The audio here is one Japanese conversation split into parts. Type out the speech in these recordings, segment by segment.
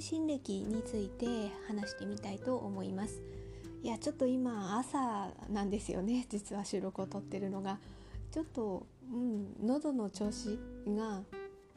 信歴について話してみたいと思います。いやちょっと今朝なんですよね。実は収録を撮ってるのがちょっと、喉の調子が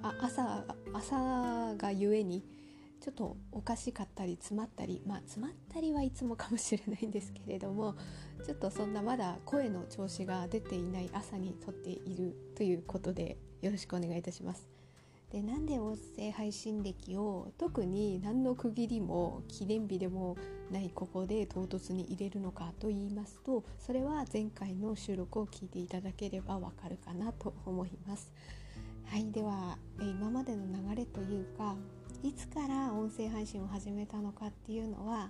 朝がゆえにちょっとおかしかったり詰まったり、詰まったりはいつもかもしれないんですけれども、ちょっとそんなまだ声の調子が出ていない朝に撮っているということでよろしくお願いいたします。で、なんで音声配信歴を特に何の区切りも記念日でもないここで唐突に入れるのかと言いますと、それは前回の収録を聞いていただければわかるかなと思います。はい、では今までの流れというか、いつから音声配信を始めたのかっていうのは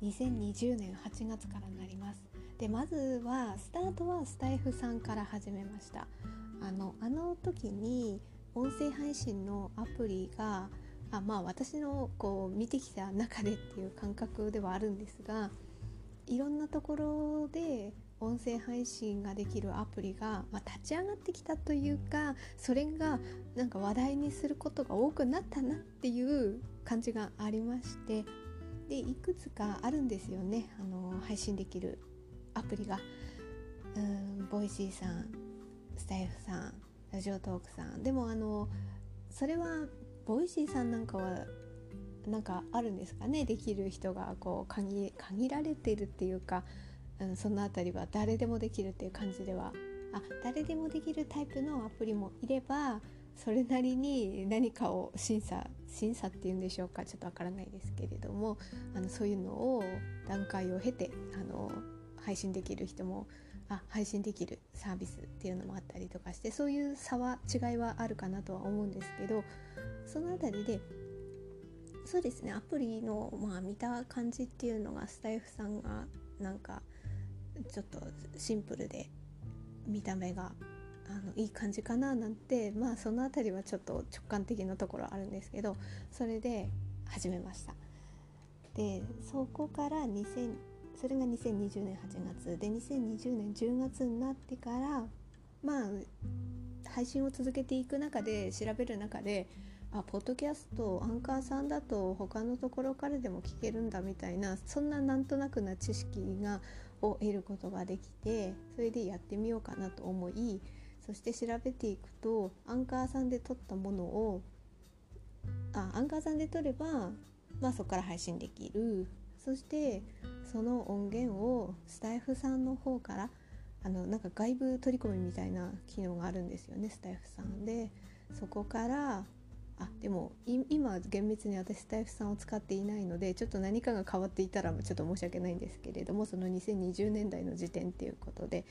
2020年8月からになります。で、まずはスタートはスタイフさんから始めました。あの時に音声配信のアプリが私の見てきた中でっていう感覚ではあるんですが、いろんなところで音声配信ができるアプリが、立ち上がってきたというか、それがなんか話題にすることが多くなったなっていう感じがありまして、でいくつかあるんですよね、配信できるアプリが。ボイシーさん、スタイフさん、ラジオトークさんでもそれはボイシーさんなんかはなんかあるんですかね、できる人が限られているっていうか、そのあたりは誰でもできるっていう感じでは、誰でもできるタイプのアプリもいれば、それなりに何かを審査っていうんでしょうか、ちょっとわからないですけれども、そういうのを段階を経て配信できる人も配信できるサービスっていうのもあったりとかして、そういう違いはあるかなとは思うんですけど、そのあたりでそうですね、アプリの見た感じっていうのが、スタイフさんがなんかちょっとシンプルで見た目がいい感じかななんて、そのあたりはちょっと直感的なところあるんですけど、それで始めました。で、そこからそれが2020年8月で、2020年10月になってから配信を続けていく中で、調べる中でポッドキャストアンカーさんだと他のところからでも聞けるんだみたいな、そんななんとなくな知識を得ることができて、それでやってみようかなと思い、そして調べていくと、アンカーさんで撮ったものをアンカーさんで撮れば、そこから配信できる。そしてその音源をスタイフさんの方からなんか外部取り込みみたいな機能があるんですよね、スタイフさんで。そこからでも今厳密に私スタイフさんを使っていないので、ちょっと何かが変わっていたらちょっと申し訳ないんですけれども、その2020年代の時点っていうことで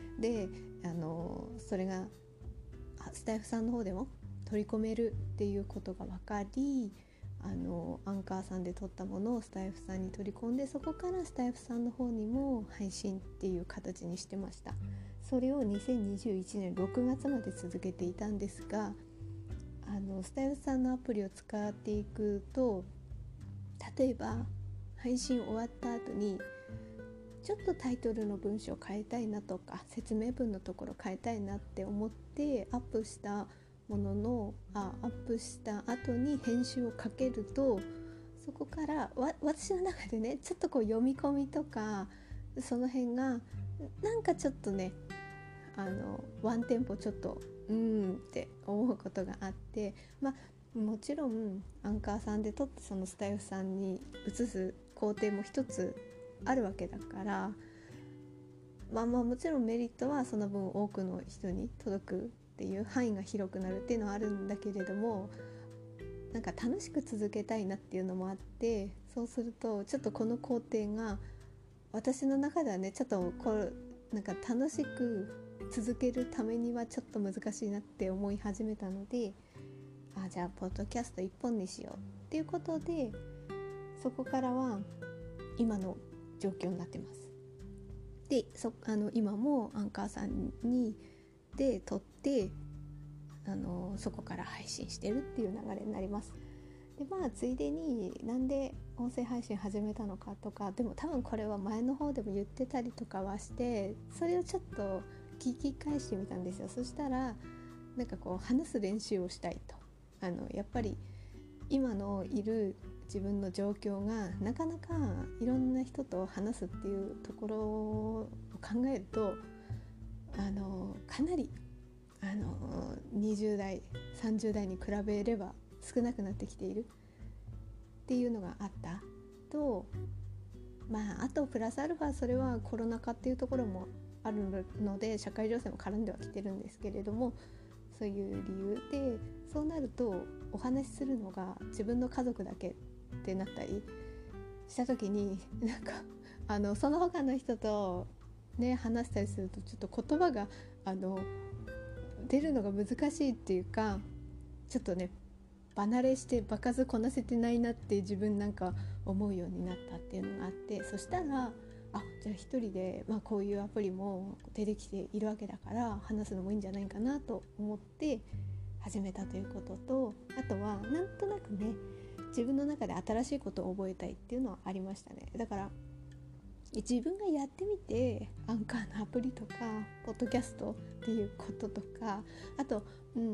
それがスタイフさんの方でも取り込めるっていうことが分かり、アンカーさんで撮ったものをスタイフさんに取り込んで、そこからスタイフさんの方にも配信っていう形にしてました。それを2021年6月まで続けていたんですが、スタイフさんのアプリを使っていくと、例えば配信終わった後にちょっとタイトルの文章を変えたいなとか、説明文のところ変えたいなって思ってアップしたもののアップした後に編集をかけると、そこから私の中でね、ちょっと読み込みとかその辺がなんかちょっとね、ワンテンポちょっとって思うことがあって、もちろんアンカーさんで撮ってそのスタイフさんに移す工程も一つあるわけだから、もちろんメリットはその分多くの人に届くっていう、範囲が広くなるっていうのはあるんだけれども、なんか楽しく続けたいなっていうのもあって、そうするとちょっとこの工程が私の中ではね、ちょっとなんか楽しく続けるためにはちょっと難しいなって思い始めたので、じゃあポッドキャスト1本にしようっていうことで、そこからは今の状況になってます。で今もアンカーさんで撮ってそこから配信してるっていう流れになります。でついでになんで音声配信始めたのかとか、でも多分これは前の方でも言ってたりとかはして、それをちょっと聞き返してみたんですよ。そしたらなんか話す練習をしたいと、やっぱり今のいる自分の状況がなかなかいろんな人と話すっていうところを考えるとかなり20代30代に比べれば少なくなってきているっていうのがあったと、あとプラスアルファそれはコロナ禍っていうところもあるので社会情勢も絡んではきてるんですけれども、そういう理由でそうなるとお話しするのが自分の家族だけってなったりした時にその他の人とね話したりするとちょっと言葉が出るのが難しいっていうか、ちょっとね離れして場数こなせてないなって自分思うようになったっていうのがあって、そしたらじゃあ一人で、こういうアプリも出てきているわけだから話すのもいいんじゃないかなと思って始めたということと、あとはなんとなくね自分の中で新しいことを覚えたいっていうのはありましたね。だから自分がやってみてアンカーのアプリとかポッドキャストっていうこととか、あと、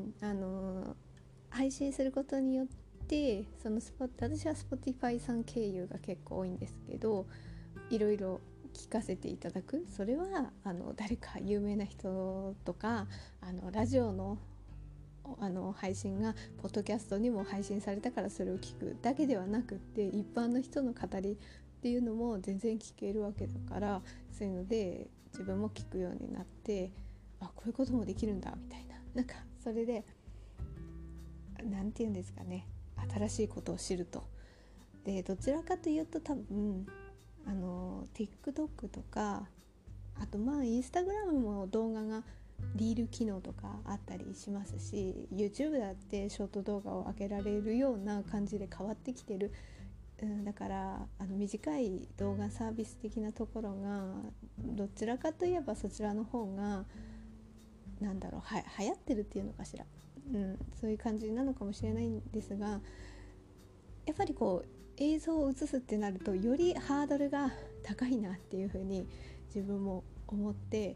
配信することによって私は Spotify さん経由が結構多いんですけど、いろいろ聞かせていただく、それは誰か有名な人とかラジオの配信がポッドキャストにも配信されたからそれを聞くだけではなくって、一般の人の語りっていうのも全然聞けるわけだから、そういうので自分も聞くようになって、こういうこともできるんだみたいな、それでなんていうんですかね、新しいことを知ると。でどちらかというと多分TikTok とか、あとInstagram も動画がリール機能とかあったりしますし、 YouTube だってショート動画を上げられるような感じで変わってきてる、だから短い動画サービス的なところがどちらかといえばそちらの方が流行ってるっていうのかしら、そういう感じなのかもしれないんですが、やっぱり映像を映すってなるとよりハードルが高いなっていうふうに自分も思って、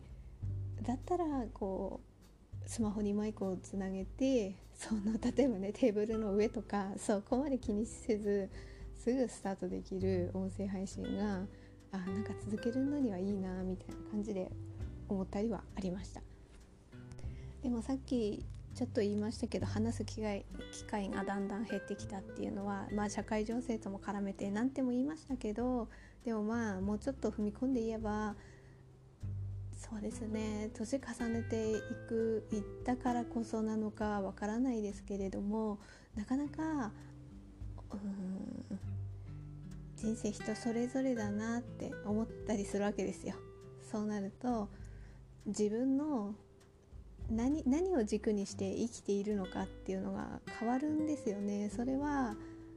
だったらスマホにマイクをつなげて例えばねテーブルの上とかそこまで気にせずすぐスタートできる音声配信が続けるのにはいいなみたいな感じで思ったりはありました。でもさっきちょっと言いましたけど、話す機会がだんだん減ってきたっていうのは、社会情勢とも絡めて何ても言いましたけど、でももうちょっと踏み込んで言えばそうですね、年重ねていったからこそなのかわからないですけれども、なかなか人生人それぞれだなって思ったりするわけですよ。そうなると自分の何を軸にして生きているのかっていうのが変わるんですよね。それは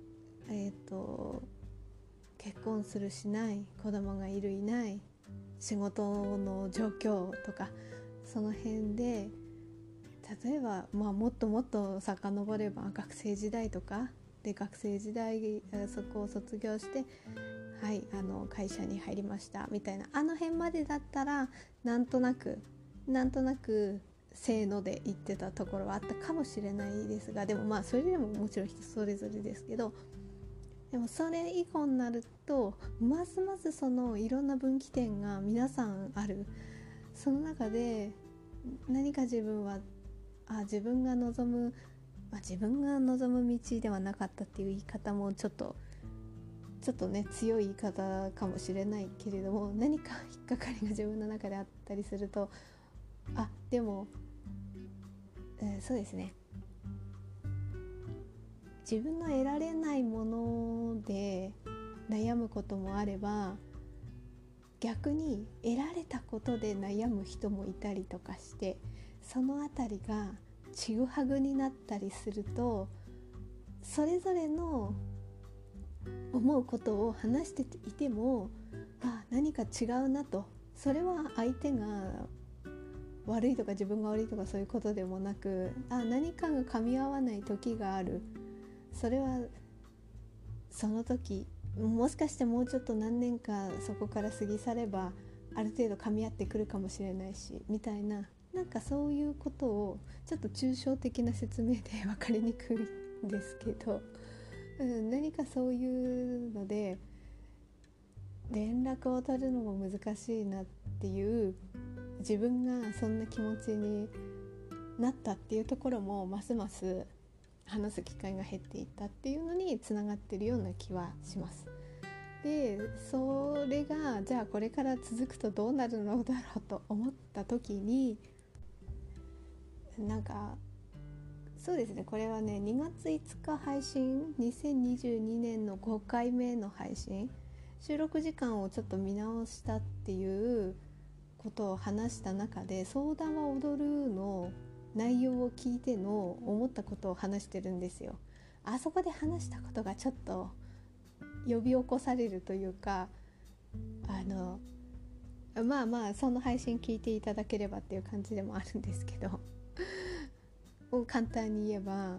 結婚するしない、子供がいるいない、仕事の状況とかその辺で、例えばもっともっと遡れば学生時代とかで、学生時代そこを卒業して会社に入りましたみたいな辺までだったらなんとなくせーので言ってたところはあったかもしれないですが、でもそれでももちろん人それぞれですけど、でもそれ以降になるとますますいろんな分岐点が皆さんある。その中で何か自分が望む道ではなかったっていう言い方もちょっとね強い言い方かもしれないけれども、何か引っかかりが自分の中であったりするとでも、そうですね、自分の得られないもので悩むこともあれば、逆に得られたことで悩む人もいたりとかして、そのあたりがちぐはぐになったりすると、それぞれの思うことを話していても何か違うなと、それは相手が悪いとか自分が悪いとかそういうことでもなく、何かが噛み合わない時がある。それはその時、もしかしてもうちょっと何年かそこから過ぎ去ればある程度噛み合ってくるかもしれないしみたいな、そういうことをちょっと抽象的な説明で分かりにくいんですけど、 何かそういうので連絡を取るのも難しいなっていう自分がそんな気持ちになったっていうところもますます話す機会が減っていったっていうのにつながってるような気はします。でそれがじゃあこれから続くとどうなるのだろうと思った時になんかそうですね、これはね2月5日配信、2022年の5回目の配信、収録時間をちょっと見直したっていうことを話した中で、相談は踊るの内容を聞いての思ったことを話してるんですよ。あそこで話したことがちょっと呼び起こされるというか、まあまあその配信聞いていただければっていう感じでもあるんですけど簡単に言えば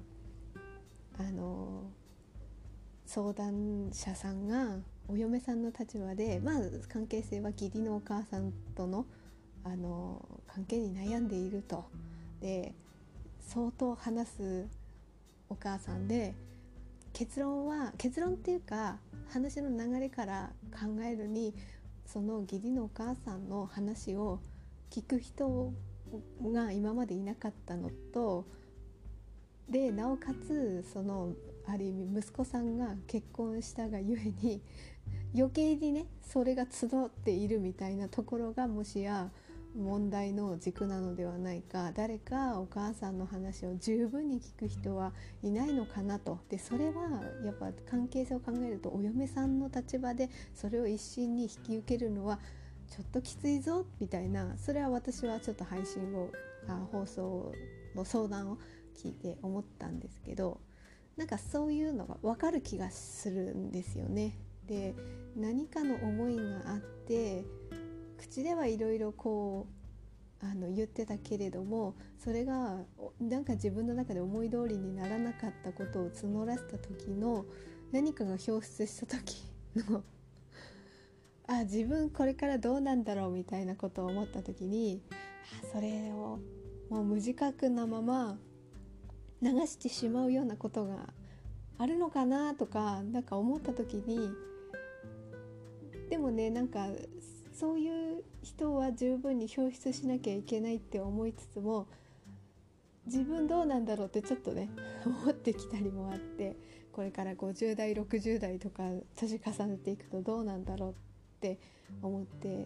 相談者さんがお嫁さんの立場で、まあ関係性は義理のお母さんとの関係に悩んでいると。で相当話すお母さんで、結論っていうか話の流れから考えるに、その義理のお母さんの話を聞く人が今までいなかったのと、でなおかつそのある意味息子さんが結婚したがゆえに余計にねそれが集っているみたいなところがもしや問題の軸なのではないか。誰かお母さんの話を十分に聞く人はいないのかなと。でそれはやっぱ関係性を考えると、お嫁さんの立場でそれを一心に引き受けるのはちょっときついぞみたいな、それは私はちょっと配信を放送の相談を聞いて思ったんですけど、なんかそういうのが分かる気がするんですよね。で何かの思いがあって口ではいろいろこう言ってたけれども、それがなんか自分の中で思い通りにならなかったことを募らせた時の、何かが表出した時の自分これからどうなんだろうみたいなことを思った時に、それをもう無自覚なまま流してしまうようなことがあるのかなとか、なんか思った時に、でもねなんかそういう人は十分に表出しなきゃいけないって思いつつも、自分どうなんだろうってちょっとね思ってきたりもあって、これから50代60代とか年重ねていくとどうなんだろうって思って、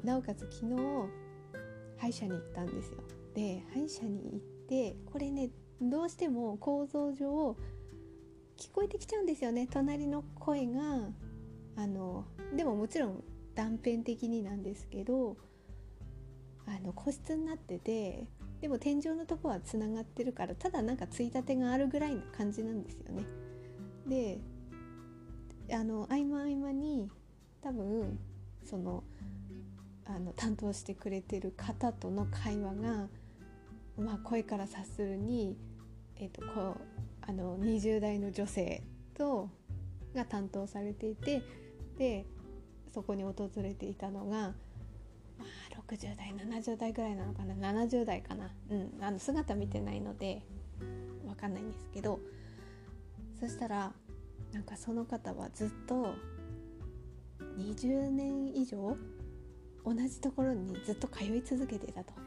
なおかつ昨日歯医者に行ったんですよ。で歯医者に行って、これねどうしても構造上聞こえてきちゃうんですよね、隣の声が。でももちろん断片的になんですけど、個室になってて、でも天井のとこはつながってるから、ただなんかついたてがあるぐらいな感じなんですよね。で合間合間に多分その担当してくれてる方との会話が、声から察するに、20代の女性が担当されていて、でそこに訪れていたのが、60代70代ぐらいなのかな、70代かな、姿見てないので分かんないんですけど、そしたらなんかその方はずっと20年以上同じところにずっと通い続けてたと。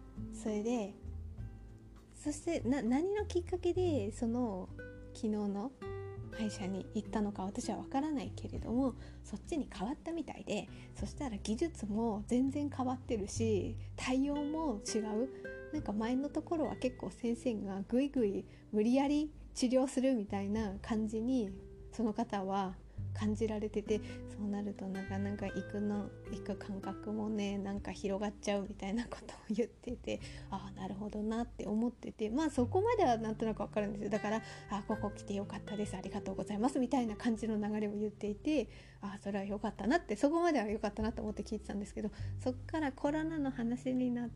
そして何のきっかけでその昨日の歯医者に行ったのか私は分からないけれども、そっちに変わったみたいで、そしたら技術も全然変わってるし対応も違う。なんか前のところは結構先生がぐいぐい無理やり治療するみたいな感じにその方は感じられてて、そうなるとなかなか行く感覚もねなんか広がっちゃうみたいなことを言ってて、なるほどなって思ってて、そこまではなんとなくわかるんですよ。だからここ来てよかったです、ありがとうございますみたいな感じの流れを言っていて、それはよかったなって、そこまではよかったなと思って聞いてたんですけど、そっからコロナの話になって、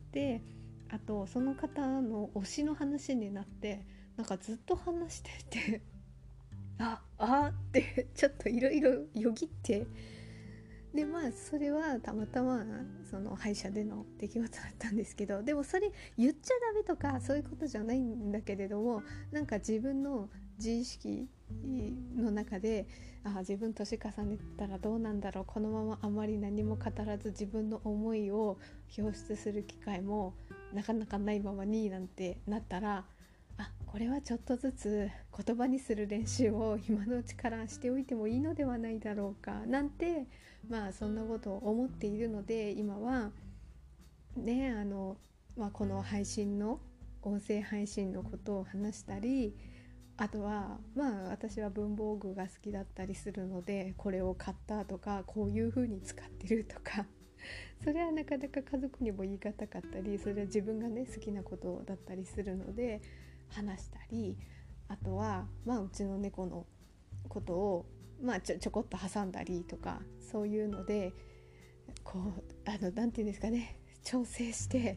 あとその方の推しの話になって、なんかずっと話しててってちょっといろいろよぎって、 でそれはたまたまその歯医者での出来事だったんですけど、でもそれ言っちゃダメとかそういうことじゃないんだけれども、なんか自分の自意識の中で自分年重ねたらどうなんだろう、このままあまり何も語らず自分の思いを表出する機会もなかなかないままになんてなったら、これはちょっとずつ言葉にする練習を今のうちからしておいてもいいのではないだろうかなんて、そんなことを思っているので、今はねこの配信の音声配信のことを話したり、あとは私は文房具が好きだったりするので、これを買ったとかこういう風に使ってるとかそれはなかなか家族にも言い難かったり、それは自分がね好きなことだったりするので話したり、あとはうちの猫のことをちょこっと挟んだりとか、そういうのでこうなんていうんですかね、調整して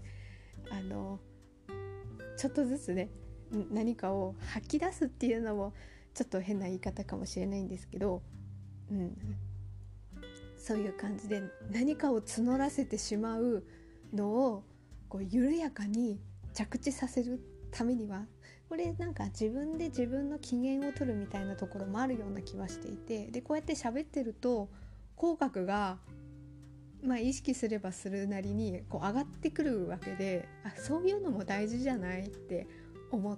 ちょっとずつね何かを吐き出すっていうのもちょっと変な言い方かもしれないんですけど、そういう感じで何かを募らせてしまうのをこう緩やかに着地させるためには、これなんか自分で自分の機嫌を取るみたいなところもあるような気はしていて、でこうやって喋ってると口角が意識すればするなりにこう上がってくるわけで、そういうのも大事じゃないって思って、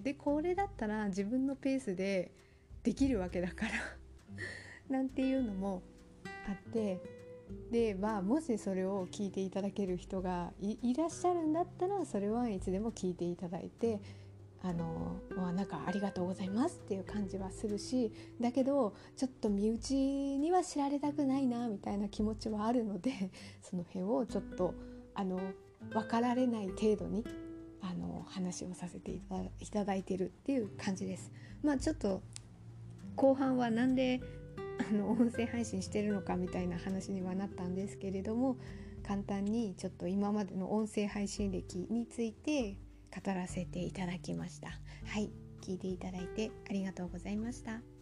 でこれだったら自分のペースでできるわけだからなんていうのもあって、でもしそれを聞いていただける人が いらっしゃるんだったら、それはいつでも聞いていただいてなんかありがとうございますっていう感じはするし、だけどちょっと身内には知られたくないなみたいな気持ちはあるので、その辺をちょっと分かられない程度に話をさせていただいてるっていう感じです。ちょっと後半はなんで音声配信してるのかみたいな話にはなったんですけれども、簡単にちょっと今までの音声配信歴について語らせていただきました。はい、聞いていただいてありがとうございました。